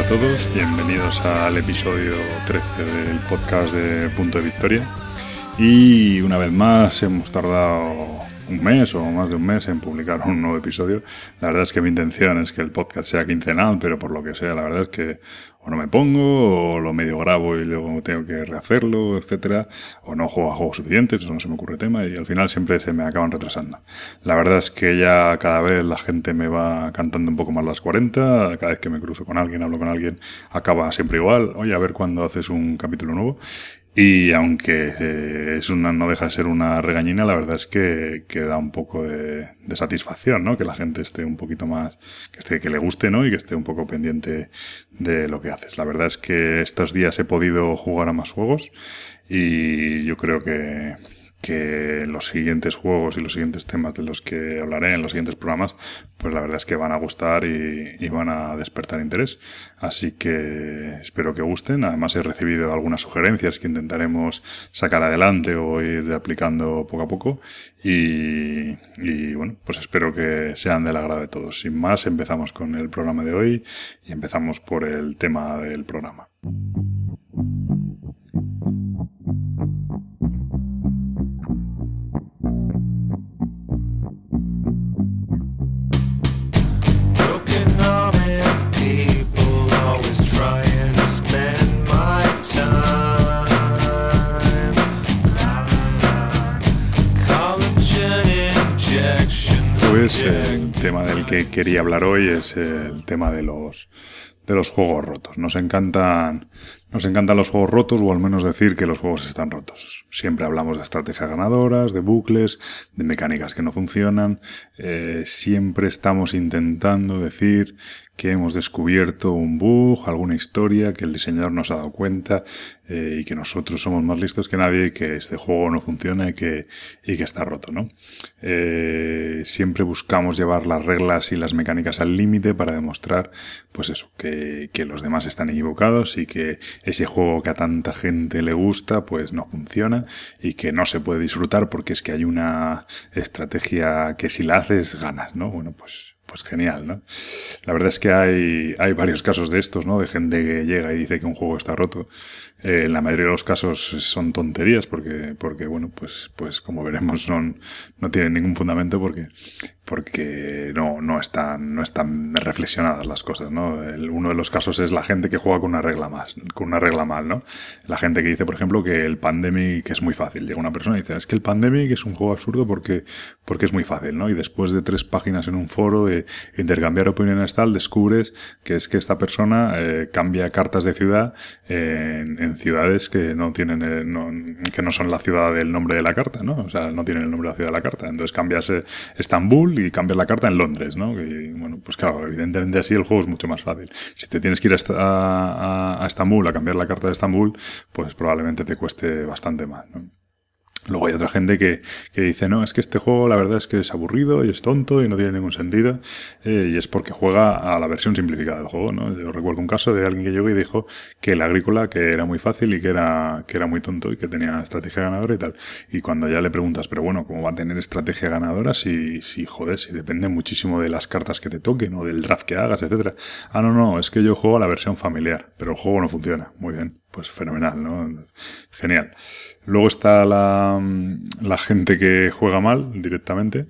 todos, bienvenidos al episodio 13 del podcast de Punto de Victoria. Y una vez más hemos tardado un mes o más de un mes en publicar un nuevo episodio. La verdad es que mi intención es que el podcast sea quincenal, pero por lo que sea, la verdad es que o no me pongo, o lo medio grabo y luego tengo que rehacerlo, etcétera, o no juego a juegos suficientes, o no se me ocurre tema, y al final siempre se me acaban retrasando. La verdad es que ya cada vez la gente me va cantando un poco más las 40, cada vez que me cruzo con alguien, hablo con alguien, acaba siempre igual, oye, a ver cuándo haces un capítulo nuevo. Y aunque no deja de ser una regañina, la verdad es que da un poco de satisfacción, ¿no? Que la gente esté un poquito más, que le guste, ¿no? Y que esté un poco pendiente de lo que haces. La verdad es que estos días he podido jugar a más juegos y yo creo que los siguientes juegos y los siguientes temas de los que hablaré en los siguientes programas, pues la verdad es que van a gustar y van a despertar interés. Así que espero que gusten. Además he recibido algunas sugerencias que intentaremos sacar adelante o ir aplicando poco a poco. Y bueno, pues espero que sean del agrado de todos. Sin más, empezamos con el programa de hoy y empezamos por el tema del programa. Pues el tema del que quería hablar hoy es el tema de los juegos rotos. Nos encantan los juegos rotos, o al menos decir que los juegos están rotos. Siempre hablamos de estrategias ganadoras, de bucles, de mecánicas que no funcionan. Siempre estamos intentando decir que hemos descubierto un bug, alguna historia, que el diseñador nos ha dado cuenta y que nosotros somos más listos que nadie y que este juego no funciona y que está roto, ¿no? Siempre buscamos llevar las reglas y las mecánicas al límite para demostrar, pues eso, que los demás están equivocados y que ese juego que a tanta gente le gusta, pues no funciona y que no se puede disfrutar porque es que hay una estrategia que si la haces ganas, ¿no? Bueno, pues genial, ¿no? La verdad es que hay varios casos de estos, ¿no? De gente que llega y dice que un juego está roto. En la mayoría de los casos son tonterías porque bueno, pues como veremos no tienen ningún fundamento porque no están reflexionadas las cosas, ¿no? Uno de los casos es la gente que juega con una regla mal, ¿no? La gente que dice, por ejemplo, que el Pandemic es muy fácil. Llega una persona y dice, es que el Pandemic es un juego absurdo porque es muy fácil, ¿no? Y después de 3 páginas en un foro de intercambiar opiniones tal, descubres que es que esta persona cambia cartas de ciudad en ciudades que no tienen que no son la ciudad del nombre de la carta, ¿no? O sea, no tienen el nombre de la ciudad de la carta. Entonces cambias Estambul y cambias la carta en Londres, ¿no? Y bueno, pues claro, evidentemente así el juego es mucho más fácil. Si te tienes que ir a Estambul a cambiar la carta de Estambul, pues probablemente te cueste bastante más, ¿no? Luego hay otra gente que dice, no, es que este juego la verdad es que es aburrido y es tonto y no tiene ningún sentido, y es porque juega a la versión simplificada del juego, ¿no? Yo recuerdo un caso de alguien que llegó y dijo que el Agrícola, que era muy fácil y que era muy tonto y que tenía estrategia ganadora y tal. Y cuando ya le preguntas, pero bueno, ¿cómo va a tener estrategia ganadora si depende muchísimo de las cartas que te toquen o del draft que hagas, etcétera? Ah, no, es que yo juego a la versión familiar, pero el juego no funciona. Muy bien. Pues fenomenal, ¿no? Genial. Luego está la gente que juega mal directamente,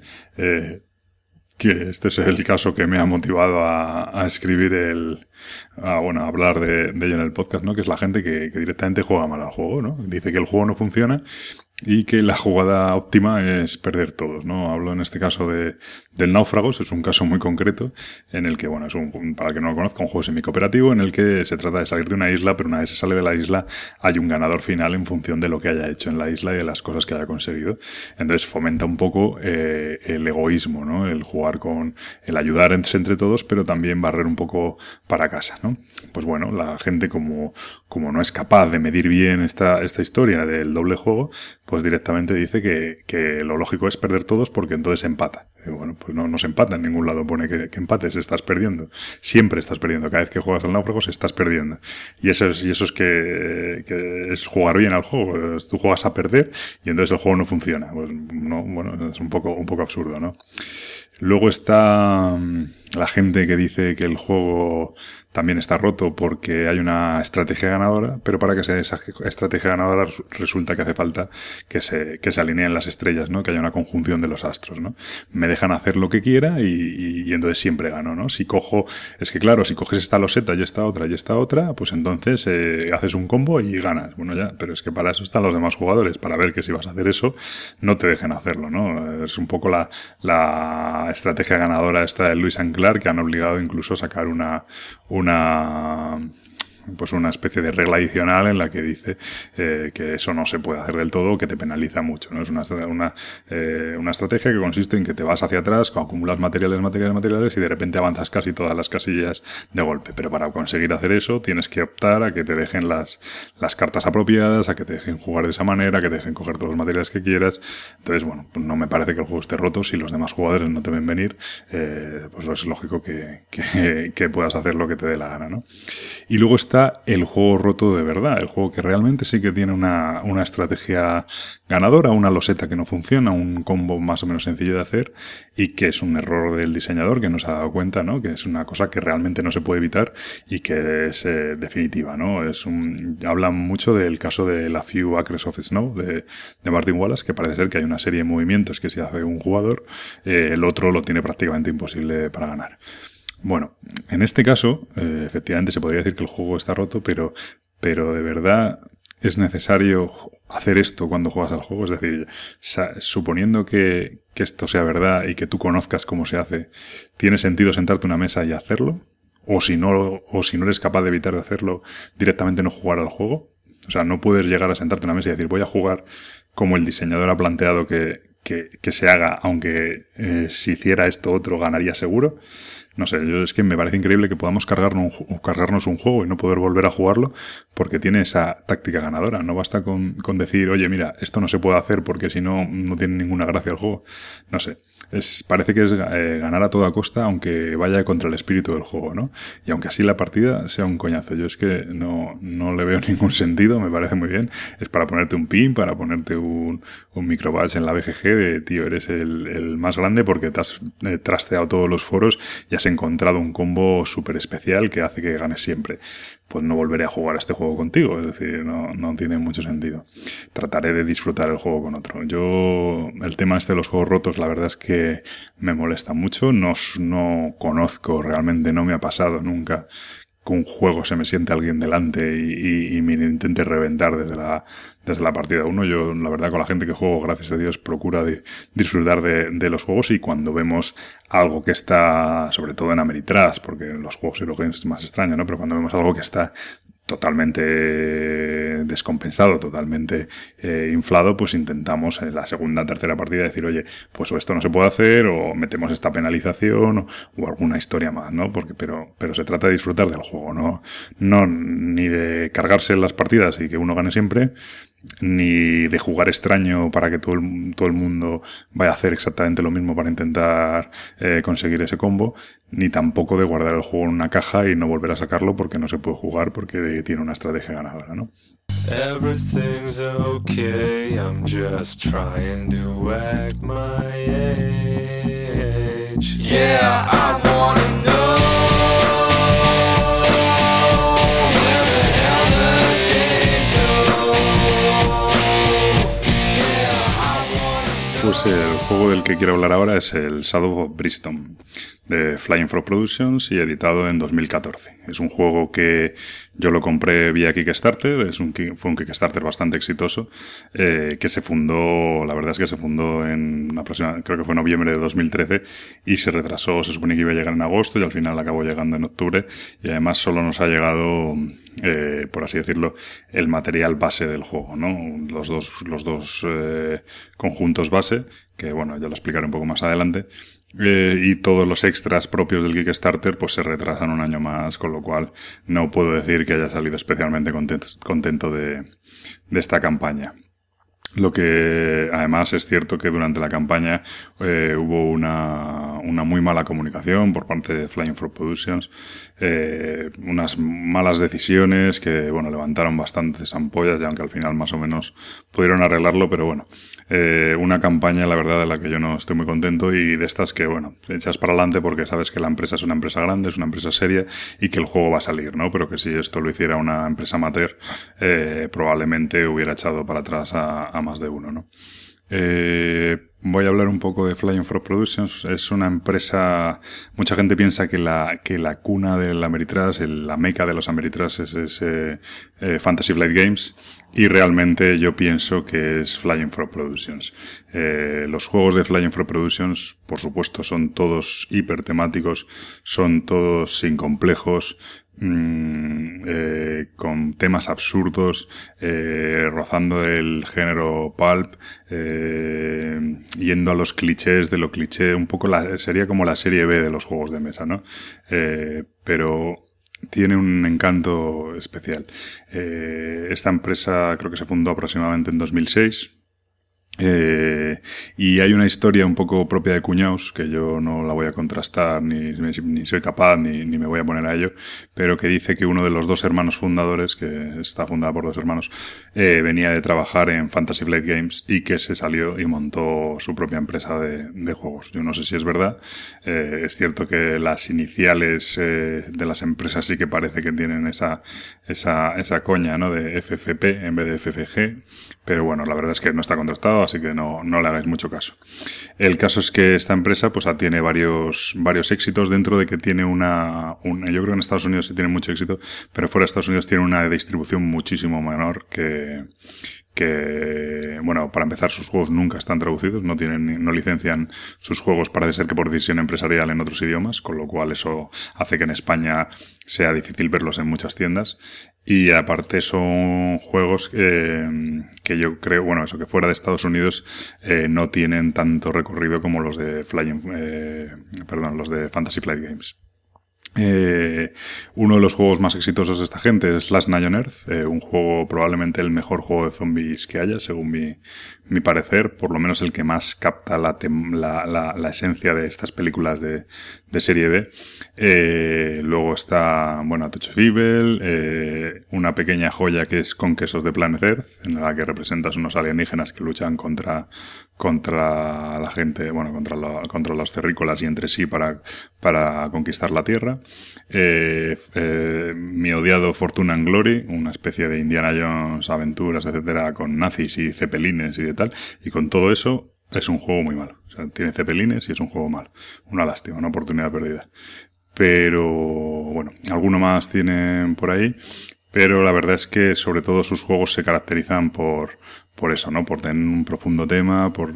que este es el caso que me ha motivado a escribir a hablar de ello en el podcast, ¿no? Que es la gente que directamente juega mal al juego, ¿no? Dice que el juego no funciona y que la jugada óptima es perder todos, ¿no? Hablo en este caso del Náufragos, es un caso muy concreto en el que, bueno, para el que no lo conozca, un juego semicooperativo en el que se trata de salir de una isla, pero una vez se sale de la isla hay un ganador final en función de lo que haya hecho en la isla y de las cosas que haya conseguido. Entonces fomenta un poco el egoísmo, ¿no? El jugar con el ayudar entre todos, pero también barrer un poco para casa, ¿no? Pues bueno, la gente como no es capaz de medir bien esta historia del doble juego, pues directamente dice que lo lógico es perder todos porque entonces empata. Y bueno, pues no se empata, en ningún lado pone que empates, estás perdiendo. Siempre estás perdiendo. Cada vez que juegas al Náufragos estás perdiendo. Y eso es que es jugar bien al juego. Tú juegas a perder y entonces el juego no funciona. Pues no, bueno, es un poco absurdo, ¿no? Luego está la gente que dice que el juego también está roto porque hay una estrategia ganadora, pero para que sea esa estrategia ganadora resulta que hace falta que se alineen las estrellas, ¿no? Que haya una conjunción de los astros, ¿no? Me dejan hacer lo que quiera y entonces siempre gano, ¿no? Si coges esta loseta y esta otra, pues entonces haces un combo y ganas. Bueno, ya, pero es que para eso están los demás jugadores, para ver que si vas a hacer eso, no te dejen hacerlo, ¿no? Es un poco la estrategia ganadora esta de Lewis and Clark, que han obligado incluso a sacar una especie de regla adicional en la que dice que eso no se puede hacer del todo, que te penaliza mucho, ¿no? Es una estrategia que consiste en que te vas hacia atrás, acumulas materiales y de repente avanzas casi todas las casillas de golpe. Pero para conseguir hacer eso tienes que optar a que te dejen las cartas apropiadas, a que te dejen jugar de esa manera, a que te dejen coger todos los materiales que quieras. Entonces, bueno, pues no me parece que el juego esté roto. Si los demás jugadores no te ven venir, pues es lógico que puedas hacer lo que te dé la gana, ¿no? Y luego está el juego roto de verdad, el juego que realmente sí que tiene una estrategia ganadora, una loseta que no funciona, un combo más o menos sencillo de hacer y que es un error del diseñador que no se ha dado cuenta, ¿no? Que es una cosa que realmente no se puede evitar y que es definitiva, ¿no? Hablan mucho del caso de la Few Acres of Snow de Martin Wallace, que parece ser que hay una serie de movimientos que si hace un jugador, el otro lo tiene prácticamente imposible para ganar. Bueno, en este caso, efectivamente se podría decir que el juego está roto, pero de verdad es necesario hacer esto cuando juegas al juego. Es decir, suponiendo que esto sea verdad y que tú conozcas cómo se hace, ¿tiene sentido sentarte a una mesa y hacerlo? O si no eres capaz de evitar de hacerlo, directamente no jugar al juego. O sea, no puedes llegar a sentarte a una mesa y decir, voy a jugar como el diseñador ha planteado que se haga, aunque si hiciera esto otro ganaría seguro. No sé, es que me parece increíble que podamos cargarnos un juego y no poder volver a jugarlo porque tiene esa táctica ganadora. No basta con decir, oye, mira, esto no se puede hacer porque si no, no tiene ninguna gracia el juego. No sé, parece que es ganar a toda costa aunque vaya contra el espíritu del juego, ¿no? Y aunque así la partida sea un coñazo. Yo es que no le veo ningún sentido, me parece muy bien. Es para ponerte un pin, para ponerte un microbadge en la BGG de, tío, eres el más grande porque te has trasteado todos los foros y has encontrado un combo súper especial que hace que ganes siempre. Pues no volveré a jugar a este juego contigo, es decir, no tiene mucho sentido. Trataré de disfrutar el juego con otro. El tema de los juegos rotos, la verdad es que me molesta mucho. No conozco realmente, no me ha pasado nunca que un juego se me siente alguien delante y me intente reventar desde la partida 1. Yo, la verdad, con la gente que juego, gracias a Dios, procura disfrutar de los juegos, y cuando vemos algo que está, sobre todo en Ameritrash, porque en los juegos Eurogames es más extraño, ¿no? Pero cuando vemos algo que está totalmente descompensado, totalmente inflado, pues intentamos en la segunda, tercera partida decir, oye, pues o esto no se puede hacer, o metemos esta penalización, o alguna historia más, ¿no? Pero se trata de disfrutar del juego, no ni de cargarse las partidas y que uno gane siempre, ni de jugar extraño para que todo el mundo vaya a hacer exactamente lo mismo para intentar conseguir ese combo, ni tampoco de guardar el juego en una caja y no volver a sacarlo porque no se puede jugar porque tiene una estrategia ganadora, ¿no? Everything's okay, I'm just trying to act my age. Yeah, I wanna know where the hell the days go. Yeah, I wanna know. Pues el juego del que quiero hablar ahora es el Shadow of Brimstone, de Flying Frog Productions y editado en 2014. Es un juego que yo lo compré vía Kickstarter, fue un Kickstarter bastante exitoso, que se fundó, la verdad es que se fundó creo que fue noviembre de 2013, y se retrasó, se supone que iba a llegar en agosto y al final acabó llegando en octubre, y además solo nos ha llegado, por así decirlo, el material base del juego, ¿no? Los dos conjuntos base, que bueno, ya lo explicaré un poco más adelante. Y todos los extras propios del Kickstarter pues se retrasan un año más, con lo cual no puedo decir que haya salido especialmente contento de esta campaña. Lo que además es cierto que durante la campaña hubo una muy mala comunicación por parte de Flying Frog Productions, unas malas decisiones que bueno levantaron bastantes ampollas, y aunque al final más o menos pudieron arreglarlo, pero bueno, una campaña la verdad de la que yo no estoy muy contento, y de estas que bueno echas para adelante porque sabes que la empresa es una empresa grande, es una empresa seria y que el juego va a salir, ¿no? Pero que si esto lo hiciera una empresa amateur, probablemente hubiera echado para atrás a más de uno, ¿no? Voy a hablar un poco de Flying Frog Productions. Es una empresa, mucha gente piensa que la cuna del Ameritrash, la meca de los Ameritrash es Fantasy Flight Games, y realmente yo pienso que es Flying Frog Productions. Los juegos de Flying Frog Productions, por supuesto, son todos hiper temáticos, son todos sin complejos, con temas absurdos, rozando el género pulp, yendo a los clichés de lo cliché, un poco sería como la serie B de los juegos de mesa, ¿no? Pero tiene un encanto especial. Esta empresa creo que se fundó aproximadamente en 2006. Y hay una historia un poco propia de cuñaos, que yo no la voy a contrastar, ni soy capaz, ni me voy a poner a ello, pero que dice que uno de los dos hermanos fundadores, que está fundada por dos hermanos, venía de trabajar en Fantasy Flight Games y que se salió y montó su propia empresa de juegos. Yo no sé si es verdad. Es cierto que las iniciales de las empresas sí que parece que tienen esa coña, ¿no? De FFP en vez de FFG, pero bueno, la verdad es que no está contrastado, así que no le hagáis mucho caso. El caso es que esta empresa pues tiene varios éxitos, dentro de que tiene yo creo que en Estados Unidos sí tiene mucho éxito, pero fuera de Estados Unidos tiene una distribución muchísimo menor que bueno, para empezar, sus juegos nunca están traducidos, no licencian sus juegos, parece ser que por decisión empresarial, en otros idiomas, con lo cual eso hace que en España sea difícil verlos en muchas tiendas. Y aparte son juegos que yo creo, bueno, eso, que fuera de Estados Unidos no tienen tanto recorrido como los de los de Fantasy Flight Games. Uno de los juegos más exitosos de esta gente es Last Night on Earth, un juego, probablemente el mejor juego de zombies que haya, según mi parecer, por lo menos el que más capta la esencia de estas películas de serie B. Luego está, bueno, A Touch of Evil, una pequeña joya que es Conquest of the Planet Earth, en la que representas unos alienígenas que luchan contra la gente, bueno, contra los terrícolas y entre sí para conquistar la Tierra. Mi odiado Fortune and Glory, una especie de Indiana Jones, aventuras, etcétera, con nazis y cepelines y de tal, y con todo eso es un juego muy malo. O sea, tiene cepelines y es un juego malo. Una lástima, una oportunidad perdida. Pero bueno, alguno más tienen por ahí, pero la verdad es que sobre todo sus juegos se caracterizan por eso, ¿no? Por tener un profundo tema, pues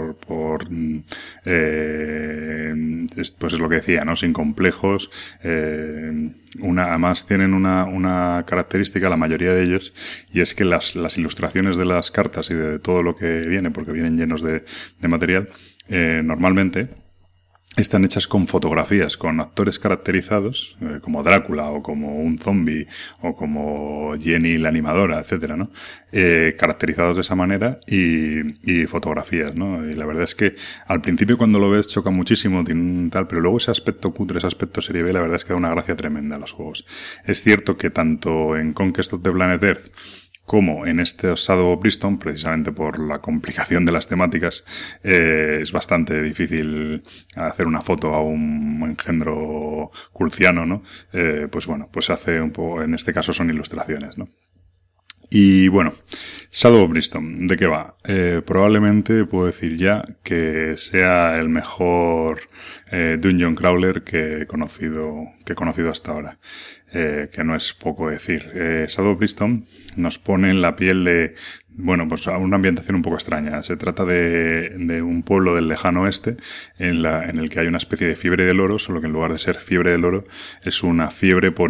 es lo que decía, ¿no? Sin complejos. Además tienen una característica, la mayoría de ellos, y es que las ilustraciones de las cartas y de todo lo que viene, porque vienen llenos de material, normalmente están hechas con fotografías, con actores caracterizados, como Drácula, o como un zombie, o como Jenny la animadora, etcétera, ¿no? Caracterizados de esa manera, y fotografías, ¿no? Y la verdad es que al principio cuando lo ves choca muchísimo, pero luego ese aspecto cutre, ese aspecto serie B, la verdad es que da una gracia tremenda a los juegos. Es cierto que tanto en Conquest of the Planet Earth como en este Shadow of Brimstone, precisamente por la complicación de las temáticas, es bastante difícil hacer una foto a un engendro culciano, ¿no? Pues bueno, pues hace un poco, en este caso son ilustraciones, ¿no? Y bueno, Shadow of Brimstone, ¿de qué va? Probablemente puedo decir ya que sea el mejor Dungeon Crawler que he conocido hasta ahora. Que no es poco decir. Shadow of Brimstone nos pone en la piel de, bueno, pues a una ambientación un poco extraña. Se trata de un pueblo del lejano oeste en el que hay una especie de fiebre del oro, solo que en lugar de ser fiebre del oro es una fiebre por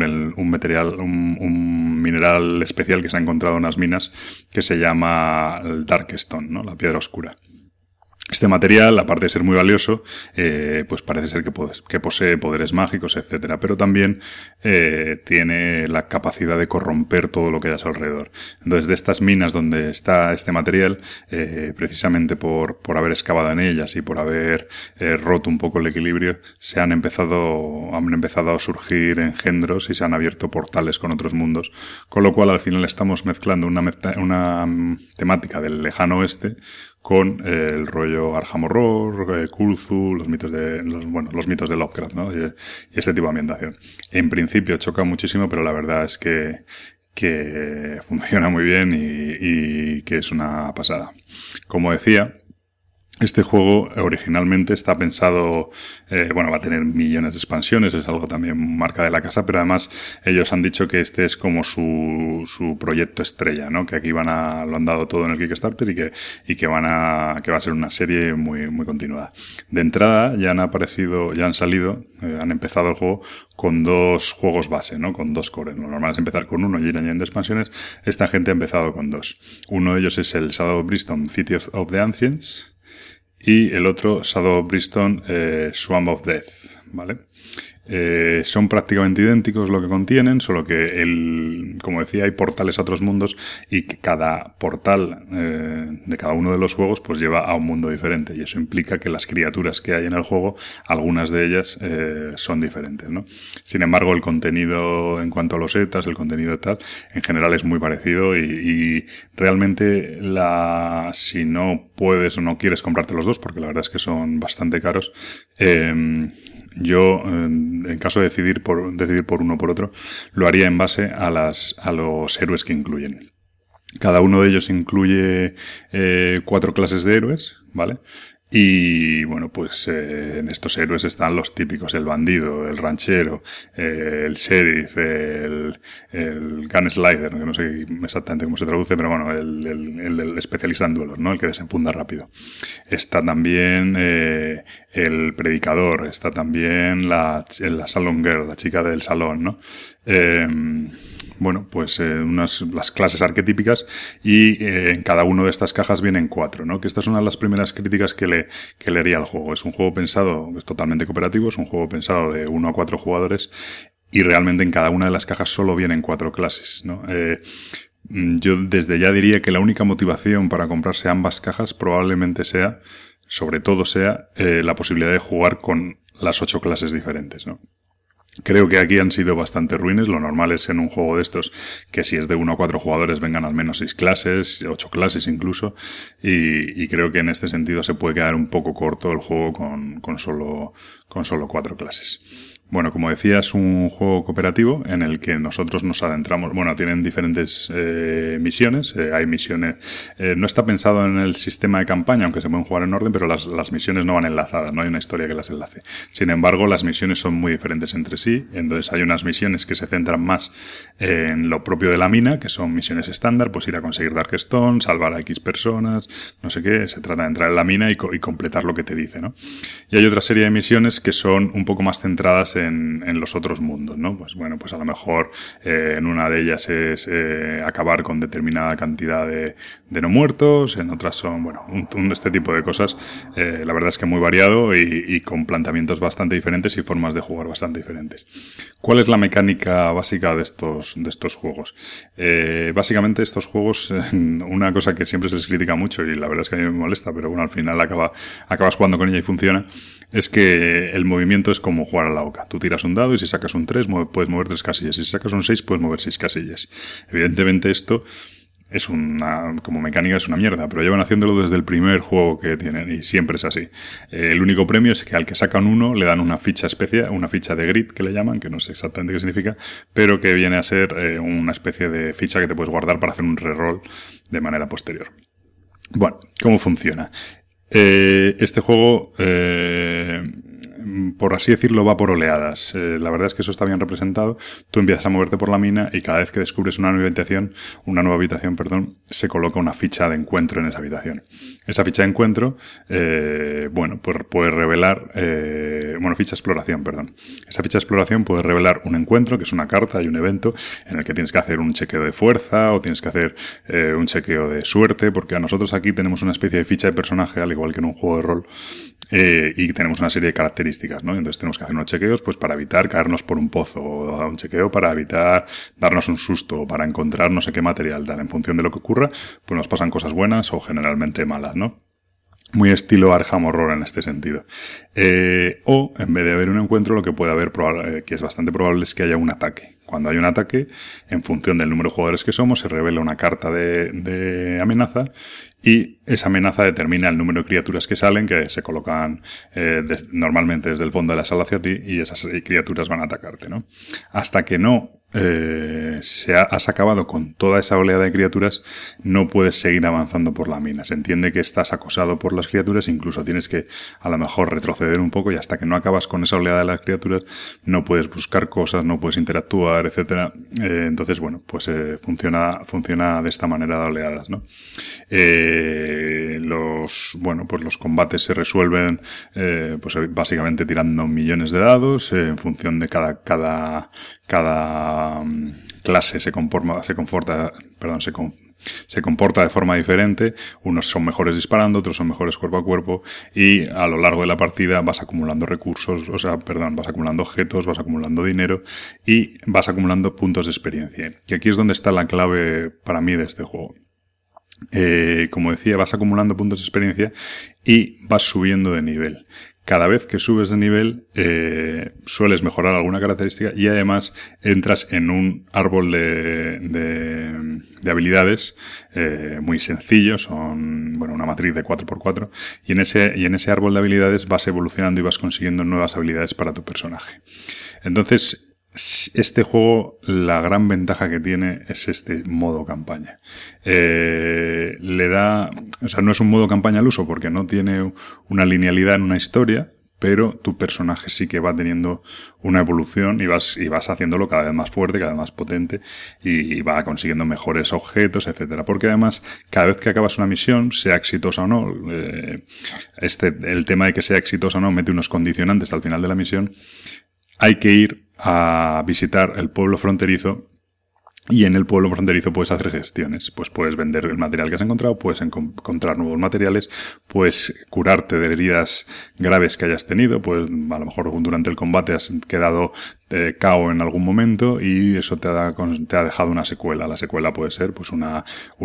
un mineral especial que se ha encontrado en unas minas, que se llama el Darkstone, ¿no? La piedra oscura. Este material, aparte de ser muy valioso, pues parece ser que posee poderes mágicos, etcétera, pero también tiene la capacidad de corromper todo lo que hay a su alrededor. Entonces, de estas minas donde está este material, precisamente por haber excavado en ellas y por haber roto un poco el equilibrio, han empezado a surgir engendros y se han abierto portales con otros mundos, con lo cual al final estamos mezclando una temática del lejano oeste con el rollo Arkham Horror, Cthulhu, los mitos de Lovecraft, ¿no? Y este tipo de ambientación. En principio choca muchísimo, pero la verdad es que funciona muy bien y que es una pasada. Como decía, este juego originalmente está pensado, va a tener millones de expansiones, es algo también marca de la casa, pero además ellos han dicho que este es como su proyecto estrella, ¿no? Que aquí lo han dado todo en el Kickstarter y que va a ser una serie muy, muy continuada. De entrada ya han empezado el juego con 2 juegos base, ¿no? Con 2 cores. Lo normal es empezar con uno y ir añadiendo expansiones. Esta gente ha empezado con 2. Uno de ellos es el Shadow of Brimstone, City of the Ancients, y el otro, Shadow of Brimstone, Swamp of Death, ¿vale? Son prácticamente idénticos lo que contienen, solo que como decía, hay portales a otros mundos y que cada portal de cada uno de los juegos pues lleva a un mundo diferente, y eso implica que las criaturas que hay en el juego, algunas de ellas son diferentes, ¿no? Sin embargo, el contenido en cuanto a los etas, el contenido tal, en general es muy parecido y realmente si no puedes o no quieres comprarte los dos, porque la verdad es que son bastante caros, yo, en caso de decidir por uno o por otro, lo haría en base a los héroes que incluyen. Cada uno de ellos incluye 4 clases de héroes, ¿vale? Y bueno, pues en estos héroes están los típicos: el bandido, el ranchero, el sheriff, el gunslinger, que no sé exactamente cómo se traduce, pero bueno, el especialista en duelos, ¿no? El que desenfunda rápido. Está también el predicador, está también la salon girl, la chica del salón, ¿no? Pues las clases arquetípicas, y en cada una de estas cajas vienen 4, ¿no? Que esta es una de las primeras críticas que le haría al juego. Es un juego pensado, es totalmente cooperativo, es un juego pensado de 1 a 4 jugadores, y realmente en cada una de las cajas solo vienen 4 clases, ¿no? Yo desde ya diría que la única motivación para comprarse ambas cajas probablemente sea la posibilidad de jugar con las 8 clases diferentes, ¿no? Creo que aquí han sido bastante ruines. Lo normal es en un juego de estos que si es de 1 a 4 jugadores vengan al menos 6 clases, 8 clases incluso, y creo que en este sentido se puede quedar un poco corto el juego con solo 4 clases. Bueno, como decía, es un juego cooperativo en el que nosotros nos adentramos. Bueno, tienen diferentes misiones. Hay misiones... no está pensado en el sistema de campaña, aunque se pueden jugar en orden, pero las misiones no van enlazadas, no hay una historia que las enlace. Sin embargo, las misiones son muy diferentes entre sí. Entonces hay unas misiones que se centran más en lo propio de la mina, que son misiones estándar, pues ir a conseguir Darkstone, salvar a X personas, no sé qué. Se trata de entrar en la mina y completar lo que te dice, ¿no? Y hay otra serie de misiones que son un poco más centradas en los otros mundos, ¿no? Pues bueno, pues a lo mejor en una de ellas es acabar con determinada cantidad de no muertos, en otras son, este tipo de cosas. La verdad es que muy variado y con planteamientos bastante diferentes y formas de jugar bastante diferentes. ¿Cuál es la mecánica básica de estos juegos? Básicamente estos juegos, una cosa que siempre se les critica mucho y la verdad es que a mí me molesta, pero bueno, al final acabas jugando con ella y funciona, es que el movimiento es como jugar a la oca. Tú tiras un dado y si sacas un 3 puedes mover 3 casillas, y si sacas un 6 puedes mover 6 casillas. Evidentemente esto es como mecánica es una mierda, pero llevan haciéndolo desde el primer juego que tienen y siempre es así. El único premio es que al que sacan uno le dan una ficha especial, una ficha de grid que le llaman, que no sé exactamente qué significa, pero que viene a ser una especie de ficha que te puedes guardar para hacer un reroll de manera posterior. Bueno, ¿cómo funciona? Este juego por así decirlo, va por oleadas. La verdad es que eso está bien representado. Tú empiezas a moverte por la mina y cada vez que descubres una nueva habitación, se coloca una ficha de encuentro en esa habitación. Esa ficha de encuentro, pues puede revelar, ficha de exploración, perdón. Esa ficha de exploración puede revelar un encuentro, que es una carta y un evento en el que tienes que hacer un chequeo de fuerza o tienes que hacer un chequeo de suerte, porque a nosotros aquí tenemos una especie de ficha de personaje, al igual que en un juego de rol, y tenemos una serie de características, ¿no? Entonces tenemos que hacer unos chequeos pues para evitar caernos por un pozo, o un chequeo para evitar darnos un susto, o para encontrar no sé qué material, tal. En función de lo que ocurra, pues nos pasan cosas buenas o generalmente malas, ¿no? Muy estilo Arkham Horror en este sentido. O, en vez de haber un encuentro, lo que puede haber, que es bastante probable, es que haya un ataque. Cuando hay un ataque, en función del número de jugadores que somos, se revela una carta de amenaza y esa amenaza determina el número de criaturas que salen, que se colocan normalmente desde el fondo de la sala hacia ti, y esas criaturas van a atacarte, ¿no? Hasta que no has acabado con toda esa oleada de criaturas, no puedes seguir avanzando por la mina. Se entiende que estás acosado por las criaturas, incluso tienes que a lo mejor retroceder un poco, y hasta que no acabas con esa oleada de las criaturas no puedes buscar cosas, no puedes interactuar, etcétera. Entonces, pues funciona de esta manera de oleadas, ¿no? Los combates se resuelven básicamente tirando millones de dados en función de cada clase se comporta de forma diferente. Unos son mejores disparando, otros son mejores cuerpo a cuerpo, y a lo largo de la partida vas acumulando vas acumulando objetos, vas acumulando dinero y vas acumulando puntos de experiencia. Y aquí es donde está la clave para mí de este juego. Como decía, vas acumulando puntos de experiencia y vas subiendo de nivel. Cada vez que subes de nivel, sueles mejorar alguna característica, y además entras en un árbol de habilidades muy sencillo. Son una matriz de 4x4, y en ese árbol de habilidades vas evolucionando y vas consiguiendo nuevas habilidades para tu personaje. Entonces, este juego, la gran ventaja que tiene es este modo campaña. No es un modo campaña al uso, porque no tiene una linealidad en una historia, pero tu personaje sí que va teniendo una evolución y vas haciéndolo cada vez más fuerte, cada vez más potente, y va consiguiendo mejores objetos, etcétera. Porque además, cada vez que acabas una misión, sea exitosa o no, el tema de que sea exitosa o no mete unos condicionantes al final de la misión. Hay que ir a visitar el pueblo fronterizo, y en el pueblo fronterizo puedes hacer gestiones. Pues puedes vender el material que has encontrado, puedes encontrar nuevos materiales, puedes curarte de heridas graves que hayas tenido, pues a lo mejor durante el combate has quedado KO en algún momento y eso te ha dejado una secuela. La secuela puede ser pues una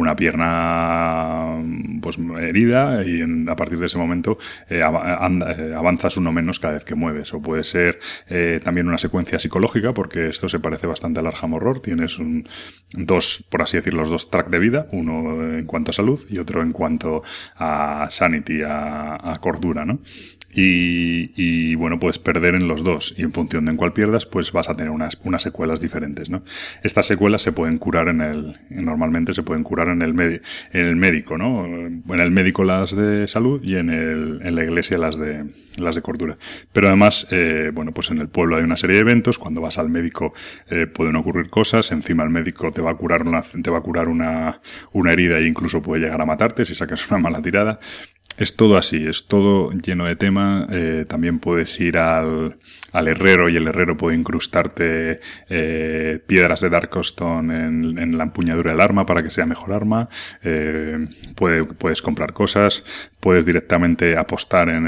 pierna pues herida, y a partir de ese momento avanzas uno menos cada vez que mueves. O puede ser también una secuencia psicológica, porque esto se parece bastante al Arkham Horror. Tienes dos track de vida, uno en cuanto a salud y otro en cuanto a sanity, a cordura, ¿no? Y puedes perder en los dos, y en función de en cuál pierdas, pues vas a tener unas secuelas diferentes, ¿no? Estas secuelas se pueden curar normalmente se pueden curar en el médico, ¿no? En el médico las de salud, y en la iglesia las de cordura. Pero además, pues en el pueblo hay una serie de eventos. Cuando vas al médico, pueden ocurrir cosas. Encima el médico te va a curar una herida, e incluso puede llegar a matarte si sacas una mala tirada. Es todo así, es todo lleno de tema. También puedes ir al herrero, y el herrero puede incrustarte piedras de Darkstone en la empuñadura del arma para que sea mejor arma. Puedes comprar cosas, puedes directamente apostar en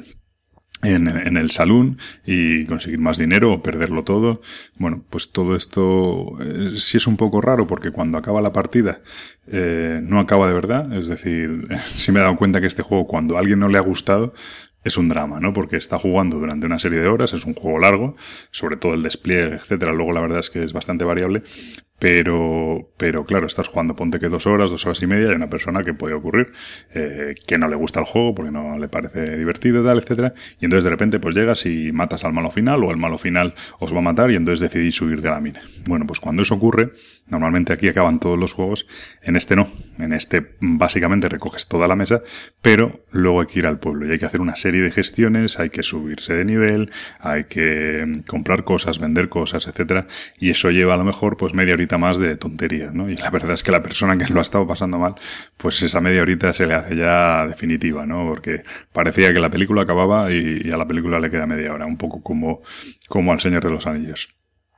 el salón y conseguir más dinero o perderlo todo. Pues todo esto sí es un poco raro, porque cuando acaba la partida no acaba de verdad. Es decir, sí me he dado cuenta que este juego, cuando a alguien no le ha gustado, es un drama, ¿no? Porque está jugando durante una serie de horas, es un juego largo, sobre todo el despliegue, etcétera. Luego la verdad es que es bastante variable, Pero claro, estás jugando, ponte que 2 y media, y hay una persona que puede ocurrir que no le gusta el juego porque no le parece divertido, tal, etcétera, y entonces de repente pues llegas y matas al malo final, o el malo final os va a matar y entonces decidís huir de la mina. Bueno, pues cuando eso ocurre, normalmente aquí acaban todos los juegos, en este no, en este básicamente recoges toda la mesa, pero luego hay que ir al pueblo y hay que hacer una serie de gestiones, hay que subirse de nivel, hay que comprar cosas, vender cosas, etcétera, y eso lleva a lo mejor pues media horita más de tonterías, ¿no? Y la verdad es que la persona que lo ha estado pasando mal, pues esa media horita se le hace ya definitiva, ¿no? Porque parecía que la película acababa y a la película le queda media hora, un poco como al Señor de los Anillos.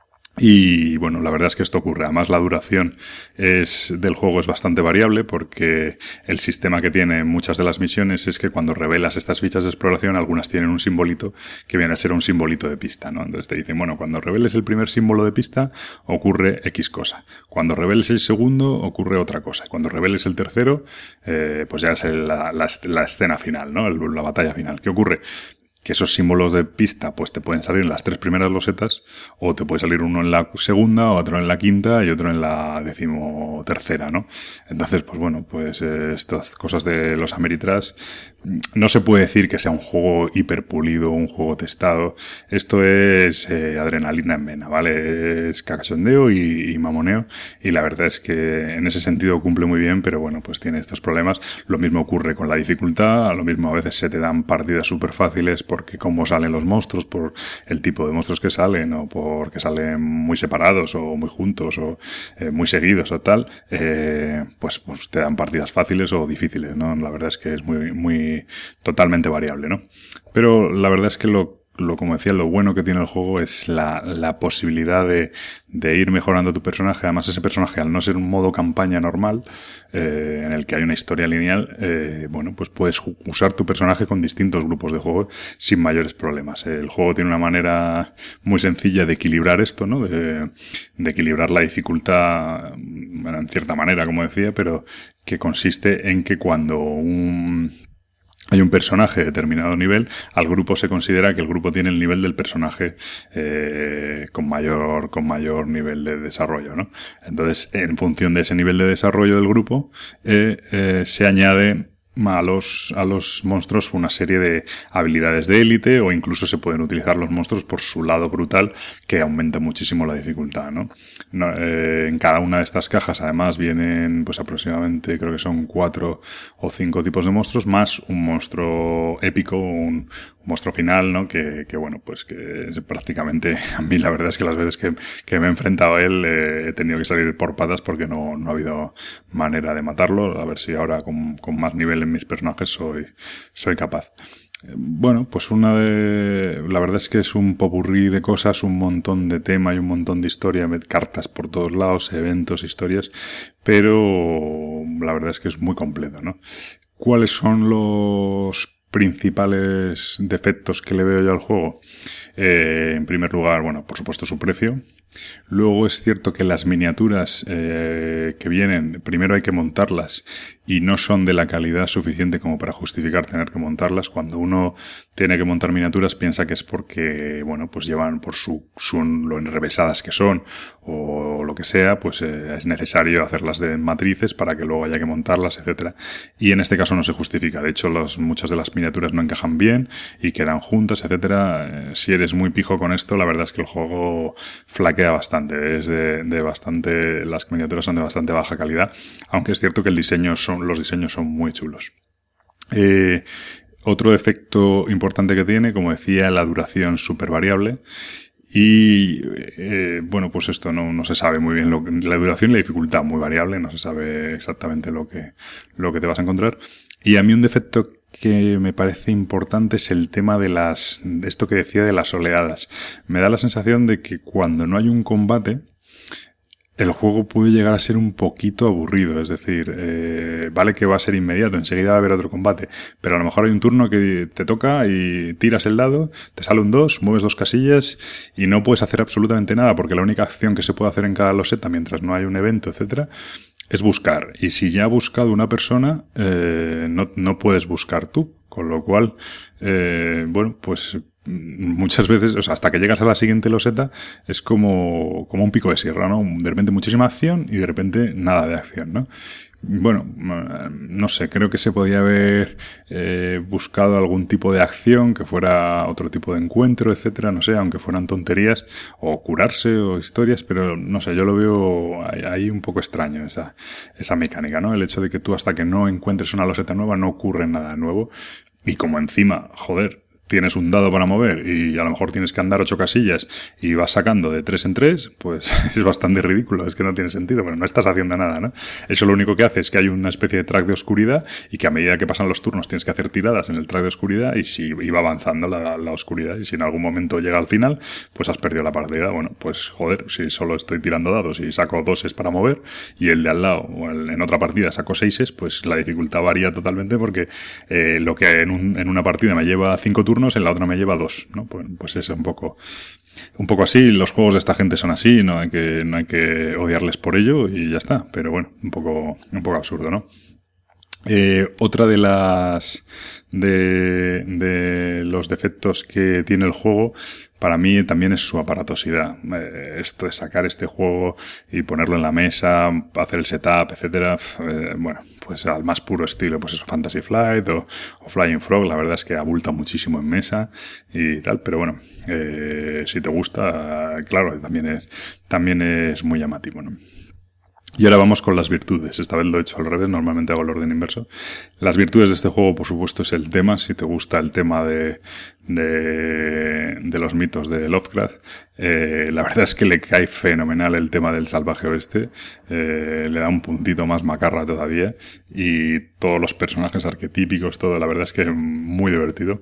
Y bueno, la verdad es que esto ocurre. Además, la duración del juego es bastante variable porque el sistema que tiene muchas de las misiones es que cuando revelas estas fichas de exploración, algunas tienen un simbolito que viene a ser un simbolito de pista, ¿no? Entonces te dicen, bueno, cuando reveles el primer símbolo de pista, ocurre X cosa. Cuando reveles el segundo, ocurre otra cosa. Cuando reveles el tercero, pues ya es la escena final, ¿no? La batalla final. ¿Qué ocurre? Que esos símbolos de pista pues te pueden salir en las 3 primeras losetas, o te puede salir uno en la segunda, otro en la quinta y otro en la 13ª, ¿no? Entonces, pues bueno, pues estas cosas de los Ameritrash, no se puede decir que sea un juego hiperpulido, un juego testado. Esto es adrenalina en vena, ¿vale? Es cachondeo y mamoneo, y la verdad es que en ese sentido cumple muy bien, pero bueno, pues tiene estos problemas. Lo mismo ocurre con la dificultad, lo mismo a veces se te dan partidas súper fáciles porque como salen los monstruos, por el tipo de monstruos que salen, o porque salen muy separados o muy juntos o muy seguidos o tal, pues te dan partidas fáciles o difíciles, ¿no? La verdad es que es muy totalmente variable, ¿no? Pero la verdad es que como decía, lo bueno que tiene el juego es la posibilidad de ir mejorando tu personaje. Además, ese personaje, al no ser un modo campaña normal, en el que hay una historia lineal, bueno, pues puedes usar tu personaje con distintos grupos de juego sin mayores problemas. El juego tiene una manera muy sencilla de equilibrar esto, ¿no? De equilibrar la dificultad, bueno, en cierta manera, como decía, pero que consiste en que cuando hay un personaje de determinado nivel, al grupo se considera que el grupo tiene el nivel del personaje con mayor nivel de desarrollo, ¿no? Entonces, en función de ese nivel de desarrollo del grupo, se añade a los monstruos una serie de habilidades de élite, o incluso se pueden utilizar los monstruos por su lado brutal, que aumenta muchísimo la dificultad, ¿no? En cada una de estas cajas además vienen pues aproximadamente, creo que son 4 o 5 tipos de monstruos, más un monstruo épico, un monstruo final, ¿no? Que bueno, pues que es prácticamente, a mí la verdad es que las veces que me he enfrentado a él he tenido que salir por patas porque no ha habido manera de matarlo. A ver si ahora con más nivel en mis personajes soy capaz. Bueno, pues la verdad es que es un popurrí de cosas, un montón de tema y un montón de historia, cartas por todos lados, eventos, historias, pero la verdad es que es muy completo, ¿no? ¿Cuáles son los principales defectos que le veo yo al juego? En primer lugar, bueno, por supuesto su precio. Luego es cierto que las miniaturas que vienen, primero hay que montarlas y no son de la calidad suficiente como para justificar tener que montarlas. Cuando uno tiene que montar miniaturas piensa que es porque, bueno, pues llevan por lo enrevesadas que son o lo que sea, pues es necesario hacerlas de matrices para que luego haya que montarlas, etcétera. Y en este caso no se justifica. De hecho, muchas de las miniaturas no encajan bien y quedan juntas, etcétera. Si eres muy pijo con esto, la verdad es que el juego flaquea bastante. Las miniaturas son de bastante baja calidad, aunque es cierto que los diseños son muy chulos. Otro efecto importante que tiene, como decía, la duración súper variable. Y bueno, pues esto no se sabe muy bien la duración y la dificultad muy variable, no se sabe exactamente lo que te vas a encontrar. Y a mí un defecto que me parece importante es el tema de esto que decía de las oleadas. Me da la sensación de que cuando no hay un combate, el juego puede llegar a ser un poquito aburrido, es decir, vale que va a ser inmediato, enseguida va a haber otro combate, pero a lo mejor hay un turno que te toca y tiras el dado, te sale un 2, mueves 2 casillas y no puedes hacer absolutamente nada, porque la única acción que se puede hacer en cada loseta mientras no hay un evento, etcétera, es buscar. Y si ya ha buscado una persona, no puedes buscar tú, con lo cual, bueno, pues muchas veces, o sea, hasta que llegas a la siguiente loseta, es como un pico de sierra, ¿no? De repente muchísima acción y de repente nada de acción, ¿no? Bueno, no sé, creo que se podía haber buscado algún tipo de acción que fuera otro tipo de encuentro, etcétera, no sé, aunque fueran tonterías, o curarse o historias, pero no sé, yo lo veo ahí un poco extraño esa mecánica, ¿no? El hecho de que tú hasta que no encuentres una loseta nueva no ocurre nada nuevo, y como encima, joder, tienes un dado para mover y a lo mejor tienes que andar 8 casillas y vas sacando de 3 en 3, pues es bastante ridículo, es que no tiene sentido, pero no estás haciendo nada, ¿no? Eso lo único que hace es que hay una especie de track de oscuridad y que a medida que pasan los turnos tienes que hacer tiradas en el track de oscuridad y si iba avanzando la oscuridad y si en algún momento llega al final, pues has perdido la partida. Bueno, pues joder, si solo estoy tirando dados y saco 2 para mover y el de al lado o en otra partida saco 6, pues la dificultad varía totalmente porque lo que en una partida me lleva 5 turnos, en la otra me lleva 2, ¿no? Pues es un poco así. Los juegos de esta gente son así, no hay que odiarles por ello y ya está. Pero bueno, un poco absurdo, ¿no? Otra de los defectos que tiene el juego, para mí también es su aparatosidad. Esto de sacar este juego y ponerlo en la mesa, hacer el setup, etcétera, bueno, pues al más puro estilo, pues eso, Fantasy Flight o Flying Frog, la verdad es que abulta muchísimo en mesa y tal, pero bueno, si te gusta, claro, también es muy llamativo, ¿no? Y ahora vamos con las virtudes. Esta vez lo he hecho al revés, normalmente hago el orden inverso. Las virtudes de este juego, por supuesto, es el tema. Si te gusta el tema de los mitos de Lovecraft, la verdad es que le cae fenomenal el tema del salvaje oeste. Le da un puntito más macarra todavía. Y todos los personajes arquetípicos, todo, la verdad es que es muy divertido.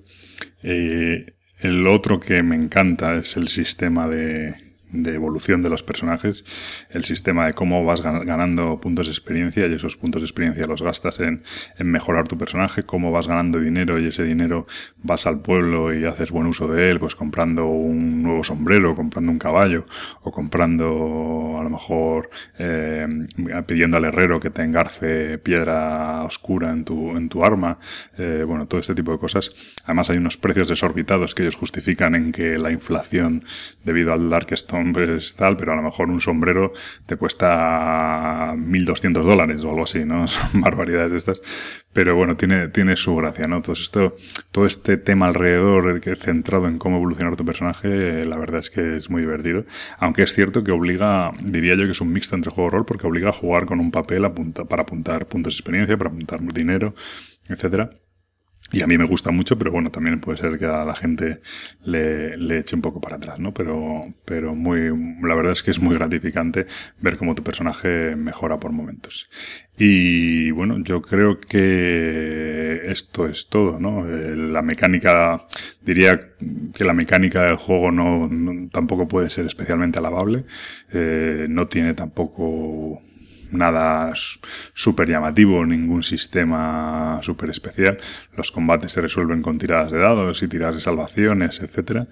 El otro que me encanta es el sistema de evolución de los personajes, el sistema de cómo vas ganando puntos de experiencia y esos puntos de experiencia los gastas en mejorar tu personaje, cómo vas ganando dinero y ese dinero vas al pueblo y haces buen uso de él, pues comprando un nuevo sombrero, comprando un caballo o comprando a lo mejor pidiendo al herrero que te engarce piedra oscura en tu arma, bueno, todo este tipo de cosas. Además hay unos precios desorbitados que ellos justifican en que la inflación debido al Darkstone es tal, pero a lo mejor un sombrero te cuesta $1,200 o algo así, ¿no? Son barbaridades de estas, pero bueno, tiene su gracia, ¿no? Todo este tema alrededor que centrado en cómo evolucionar tu personaje, la verdad es que es muy divertido, aunque es cierto que diría yo que es un mixto entre juego y rol, porque obliga a jugar con un papel para apuntar puntos de experiencia, para apuntar dinero, etcétera. Y a mí me gusta mucho, pero bueno, también puede ser que a la gente le eche un poco para atrás, ¿no? Pero la verdad es que es muy gratificante ver cómo tu personaje mejora por momentos. Y bueno, yo creo que esto es todo, ¿no? La mecánica, diría que la mecánica del juego tampoco puede ser especialmente alabable. No tiene tampoco nada súper llamativo, ningún sistema súper especial. Los combates se resuelven con tiradas de dados y tiradas de salvaciones, etcétera.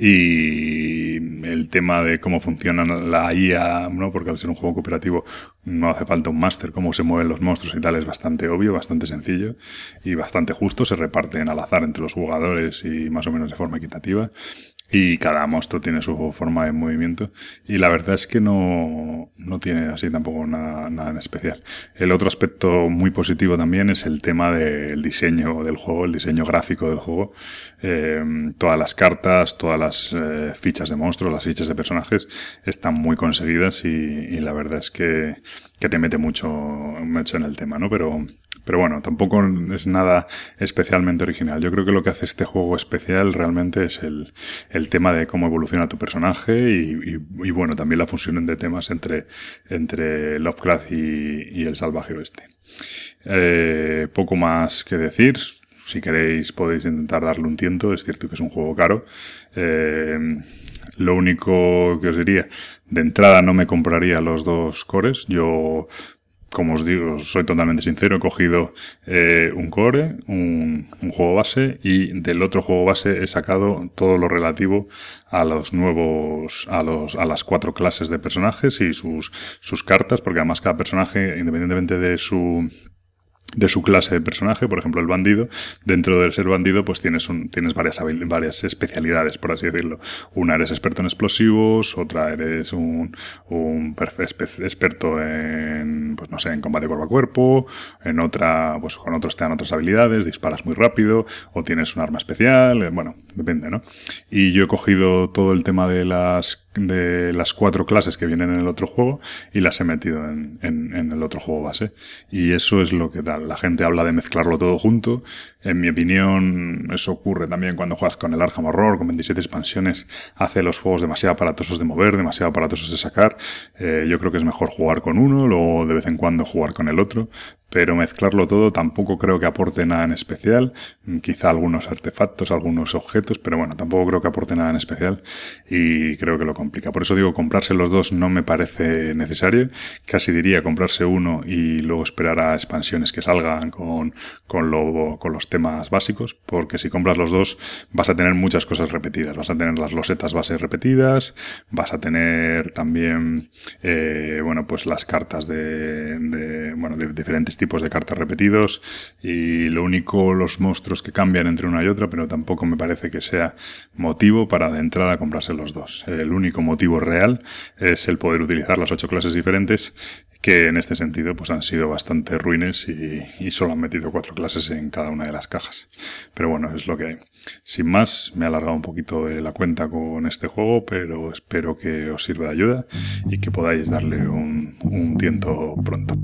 Y el tema de cómo funciona la IA, ¿no? Porque al ser un juego cooperativo no hace falta un máster, cómo se mueven los monstruos y tal, es bastante obvio, bastante sencillo y bastante justo. Se reparten al azar entre los jugadores y más o menos de forma equitativa. Y cada monstruo tiene su forma de movimiento. Y la verdad es que no tiene así tampoco nada en especial. El otro aspecto muy positivo también es el tema del diseño del juego, el diseño gráfico del juego. Todas las cartas, todas las fichas de monstruos, las fichas de personajes están muy conseguidas y la verdad es que te mete mucho en el tema, ¿no? Pero bueno, tampoco es nada especialmente original. Yo creo que lo que hace este juego especial realmente es el tema de cómo evoluciona tu personaje y bueno, también la fusión de temas entre Lovecraft y el salvaje oeste. Poco más que decir. Si queréis podéis intentar darle un tiento. Es cierto que es un juego caro. Lo único que os diría, de entrada no me compraría los 2 cores. Yo, como os digo, soy totalmente sincero, he cogido un core, un juego base, y del otro juego base he sacado todo lo relativo a los nuevos, a las 4 clases de personajes y sus cartas, porque además cada personaje, independientemente de su de su clase de personaje, por ejemplo el bandido. Dentro de ser bandido pues tienes varias especialidades, por así decirlo. Una, eres experto en explosivos, otra eres un experto en, pues no sé, en combate cuerpo a cuerpo, en otra, pues con otros te dan otras habilidades, disparas muy rápido, o tienes un arma especial, bueno, depende, ¿no? Y yo he cogido todo el tema de las 4 clases que vienen en el otro juego y las he metido en el otro juego base. Y eso es lo que tal. La gente habla de mezclarlo todo junto. En mi opinión, eso ocurre también cuando juegas con el Arkham Horror, con 27 expansiones. Hace los juegos demasiado aparatosos de mover, demasiado aparatosos de sacar. Yo creo que es mejor jugar con uno, luego de vez en cuando jugar con el otro. Pero mezclarlo todo tampoco creo que aporte nada en especial. Quizá algunos artefactos, algunos objetos, pero bueno, tampoco creo que aporte nada en especial y creo que lo complica. Por eso digo, comprarse los dos no me parece necesario. Casi diría comprarse uno y luego esperar a expansiones que salgan con los temas básicos, porque si compras los dos vas a tener muchas cosas repetidas. Vas a tener las losetas bases repetidas, vas a tener también, pues las cartas de diferentes tipos de cartas repetidos, y lo único, los monstruos que cambian entre una y otra, pero tampoco me parece que sea motivo para de entrada comprarse los dos. El único motivo real es el poder utilizar las 8 clases diferentes, que en este sentido pues han sido bastante ruines y solo han metido 4 clases en cada una de las cajas. Pero bueno, es lo que hay. Sin más, me he alargado un poquito de la cuenta con este juego, pero espero que os sirva de ayuda y que podáis darle un tiento pronto.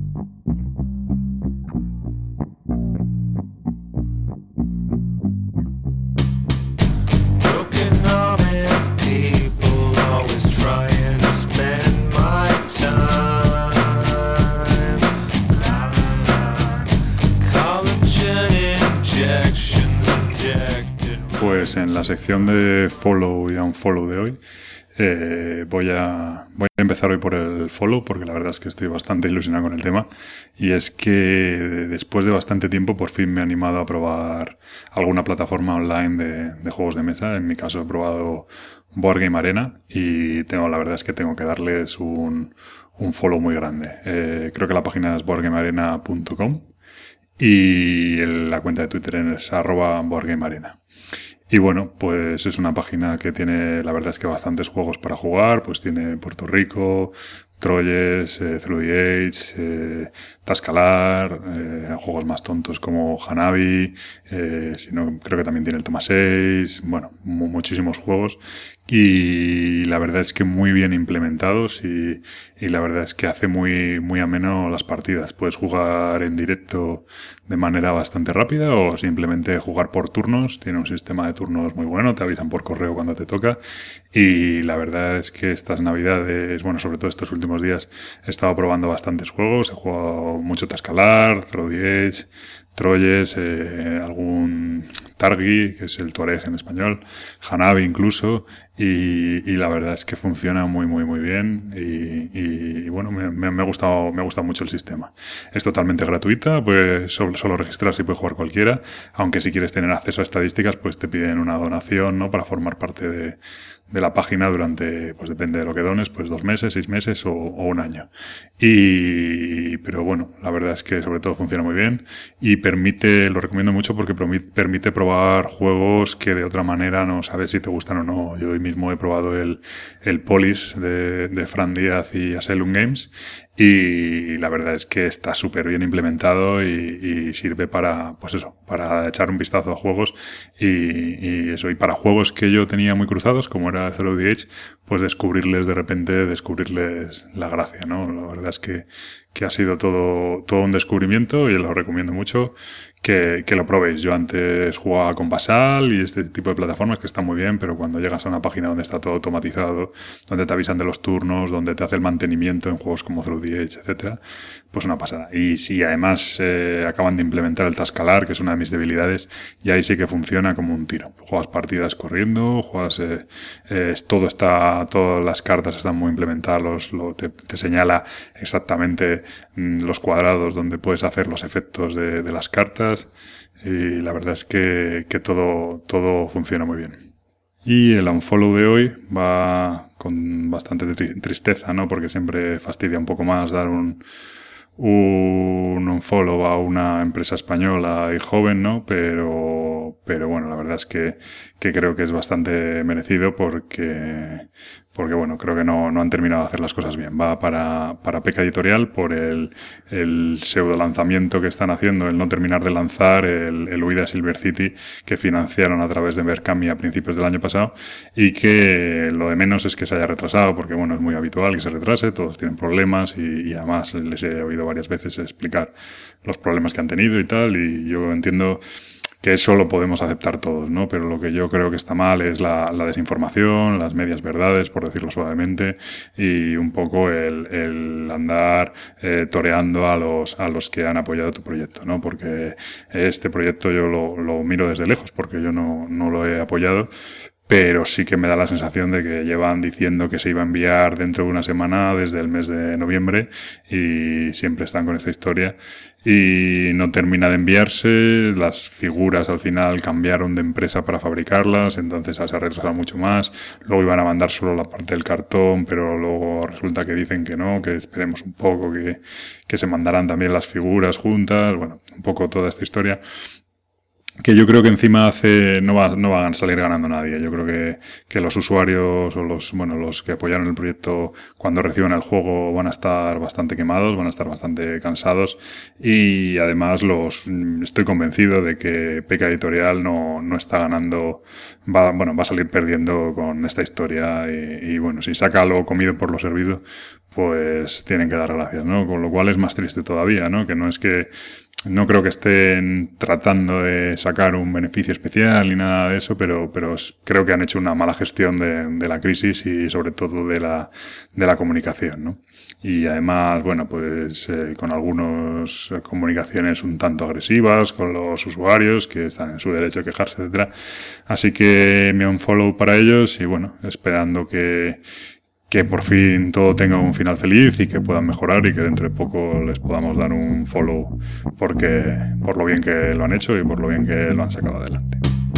Pues en la sección de follow y unfollow de hoy voy a empezar hoy por el follow, porque la verdad es que estoy bastante ilusionado con el tema, y es que después de bastante tiempo por fin me he animado a probar alguna plataforma online de juegos de mesa. En mi caso he probado Board Game Arena y la verdad es que tengo que darles un follow muy grande. Creo que la página es boardgamearena.com y la cuenta de Twitter es @boardgamearena. Y bueno, pues es una página que tiene, la verdad es que bastantes juegos para jugar. Pues tiene Puerto Rico, Troyes, Through the Age, Tascalar, juegos más tontos como Hanabi, creo que también tiene el Toma 6, bueno, muchísimos juegos, y la verdad es que muy bien implementados y la verdad es que hace muy, muy ameno las partidas. Puedes jugar en directo de manera bastante rápida o simplemente jugar por turnos. Tiene un sistema de turnos muy bueno, te avisan por correo cuando te toca, y la verdad es que estas navidades, bueno, sobre todo estos últimos días, he estado probando bastantes juegos. He jugado mucho Tascalar, Through the Age, Troyes, algún Targi, que es el Tuareg en español, Hanabi incluso, y la verdad es que funciona muy, muy, muy bien, y bueno, me ha gustado mucho el sistema. Es totalmente gratuita, pues solo registrarse y puede jugar cualquiera, aunque si quieres tener acceso a estadísticas, pues te piden una donación, ¿no?, para formar parte de la página durante, pues depende de lo que dones, pues 2 meses, 6 meses o 1 año. Pero bueno, la verdad es que sobre todo funciona muy bien y lo recomiendo mucho porque permite probar juegos que de otra manera no sabes si te gustan o no. Yo hoy mismo he probado el Polis de Fran Díaz y Asylum Games, y la verdad es que está súper bien implementado y sirve para, pues eso, para echar un vistazo a juegos y para juegos que yo tenía muy cruzados, como era Through the Age, pues descubrirles la gracia, ¿no? La verdad es que ha sido todo un descubrimiento y lo recomiendo mucho que lo probéis. Yo antes jugaba con Basal y este tipo de plataformas que están muy bien, pero cuando llegas a una página donde está todo automatizado, donde te avisan de los turnos, donde te hace el mantenimiento en juegos como Through the Age, etcétera, pues una pasada. Y si además acaban de implementar el Tascalar, que es una de mis debilidades, y ahí sí que funciona como un tiro. Juegas partidas corriendo, todas las cartas están muy implementadas, te señala exactamente los cuadrados donde puedes hacer los efectos de las cartas, y la verdad es que todo funciona muy bien. Y el unfollow de hoy va con bastante tristeza, ¿no?, porque siempre fastidia un poco más dar un un unfollow a una empresa española y joven, ¿no? Pero bueno, la verdad es que creo que es bastante merecido porque bueno, creo que no han terminado de hacer las cosas bien. Va para Peca Editorial por el pseudo lanzamiento que están haciendo, el no terminar de lanzar el Huida Silver City que financiaron a través de Berkami a principios del año pasado, y que lo de menos es que se haya retrasado, porque bueno, es muy habitual que se retrase, todos tienen problemas y además les he oído varias veces explicar los problemas que han tenido y tal, y yo entiendo que eso lo podemos aceptar todos, ¿no? Pero lo que yo creo que está mal es la desinformación, las medias verdades, por decirlo suavemente, y un poco el andar toreando a los que han apoyado tu proyecto, ¿no? Porque este proyecto yo lo miro desde lejos, porque yo no lo he apoyado, pero sí que me da la sensación de que llevan diciendo que se iba a enviar dentro de una semana desde el mes de noviembre, y siempre están con esta historia y no termina de enviarse. Las figuras al final cambiaron de empresa para fabricarlas, entonces se ha retrasado mucho más. Luego iban a mandar solo la parte del cartón, pero luego resulta que dicen que no, que esperemos un poco, que se mandarán también las figuras juntas. Bueno, un poco toda esta historia que yo creo que encima no va a salir ganando nadie. Yo creo que los usuarios o los que apoyaron el proyecto cuando reciban el juego van a estar bastante quemados, van a estar bastante cansados, y además estoy convencido de que Peca Editorial no está ganando, va a salir perdiendo con esta historia, y bueno, si saca algo comido por lo servido, pues tienen que dar gracias, ¿no? Con lo cual es más triste todavía, ¿no? Que no creo que estén tratando de sacar un beneficio especial ni nada de eso, pero creo que han hecho una mala gestión de la crisis y sobre todo de la comunicación, ¿no? Y además, bueno, pues con algunas comunicaciones un tanto agresivas con los usuarios, que están en su derecho a quejarse, etcétera. Así que me unfollow para ellos, y bueno, esperando que por fin todo tenga un final feliz y que puedan mejorar, y que dentro de poco les podamos dar un follow por lo bien que lo han hecho y por lo bien que lo han sacado adelante.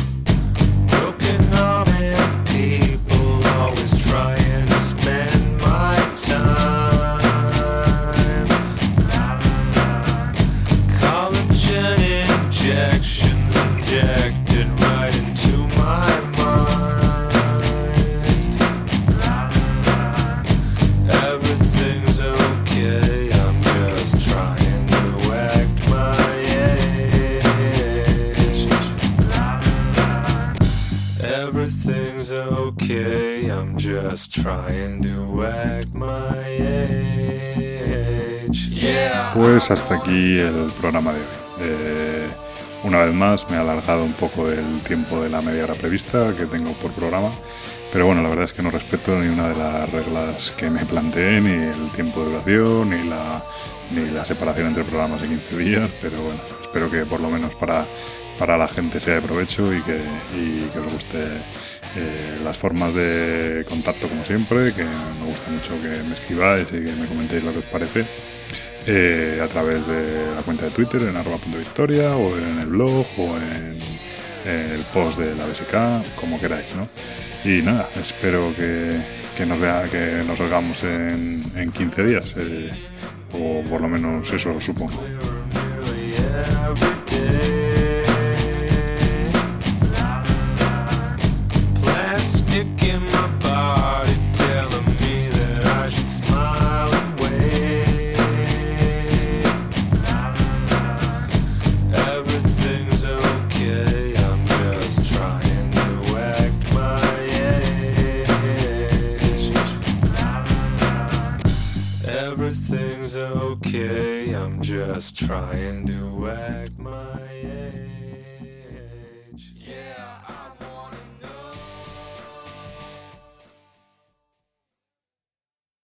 Okay, I'm just trying to act my age. Yeah. Pues hasta aquí el programa de hoy. Una vez más me he alargado un poco el tiempo de la media hora prevista que tengo por programa, pero bueno, la verdad es que no respeto ni una de las reglas que me planteé, ni el tiempo de duración, ni la separación entre programas de 15 días, pero bueno, espero que por lo menos para la gente sea de provecho y que os guste. Las formas de contacto, como siempre, que me gusta mucho que me escribáis y que me comentéis lo que os parece, a través de la cuenta de Twitter en @puntovictoria, o en el blog, o en el post de la BSK, como queráis, ¿no? Y nada, espero que nos oigamos en 15 días, o por lo menos eso supongo. Everything's okay, I'm just trying to act my